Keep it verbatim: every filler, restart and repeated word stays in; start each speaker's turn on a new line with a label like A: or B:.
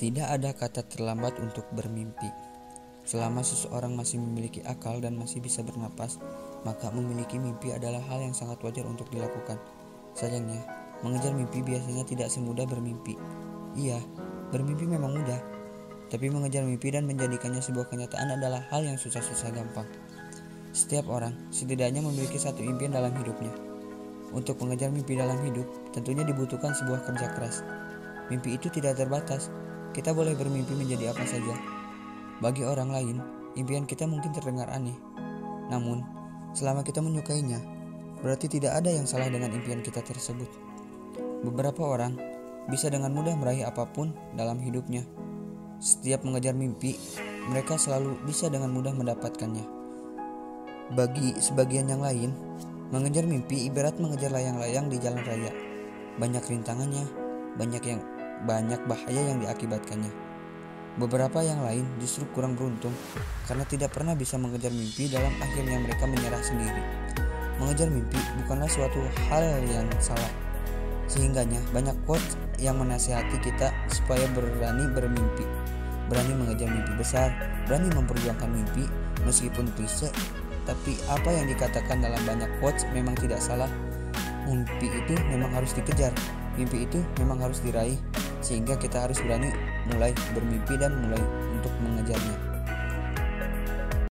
A: Tidak ada kata terlambat untuk bermimpi. Selama seseorang masih memiliki akal dan masih bisa bernapas, maka memiliki mimpi adalah hal yang sangat wajar untuk dilakukan. Sayangnya, mengejar mimpi biasanya tidak semudah bermimpi. Iya, bermimpi memang mudah, tapi mengejar mimpi dan menjadikannya sebuah kenyataan adalah hal yang susah-susah gampang. Setiap orang setidaknya memiliki satu impian dalam hidupnya. Untuk mengejar mimpi dalam hidup, tentunya dibutuhkan sebuah kerja keras. Mimpi itu tidak terbatas. Kita boleh bermimpi menjadi apa saja. Bagi orang lain, impian kita mungkin terdengar aneh. Namun, selama kita menyukainya, berarti tidak ada yang salah dengan impian kita tersebut. Beberapa orang bisa dengan mudah meraih apapun dalam hidupnya. Setiap mengejar mimpi, mereka selalu bisa dengan mudah mendapatkannya. Bagi sebagian yang lain, mengejar mimpi ibarat mengejar layang-layang di jalan raya. Banyak rintangannya, banyak yang banyak bahaya yang diakibatkannya. Beberapa yang lain justru kurang beruntung karena tidak pernah bisa mengejar mimpi, dalam akhirnya mereka menyerah sendiri. Mengejar mimpi bukanlah suatu hal yang salah. Sehingganya banyak quotes yang menasihati kita supaya berani bermimpi, berani mengejar mimpi besar, berani memperjuangkan mimpi meskipun klise. Tapi apa yang dikatakan dalam banyak quotes memang tidak salah. Mimpi itu memang harus dikejar, mimpi itu memang harus diraih, sehingga kita harus berani mulai bermimpi dan mulai untuk mengejarnya.